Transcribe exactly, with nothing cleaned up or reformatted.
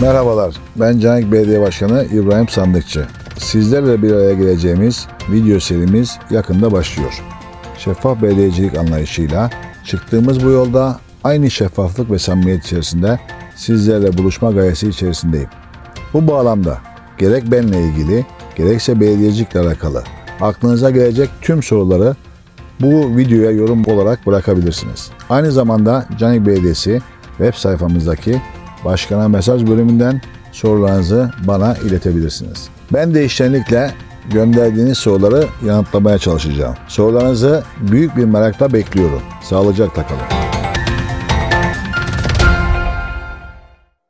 Merhabalar, ben Canik Belediye Başkanı İbrahim Sandıkçı. Sizlerle bir araya geleceğimiz video serimiz yakında başlıyor. Şeffaf belediyecilik anlayışıyla çıktığımız bu yolda aynı şeffaflık ve samimiyet içerisinde sizlerle buluşma gayesi içerisindeyim. Bu bağlamda gerek benimle ilgili gerekse belediyecilikle alakalı aklınıza gelecek tüm soruları bu videoya yorum olarak bırakabilirsiniz. Aynı zamanda Canik Belediyesi web sayfamızdaki Başkana mesaj bölümünden sorularınızı bana iletebilirsiniz. Ben de içtenlikle gönderdiğiniz soruları yanıtlamaya çalışacağım. Sorularınızı büyük bir merakla bekliyorum. Sağlıcakla kalın.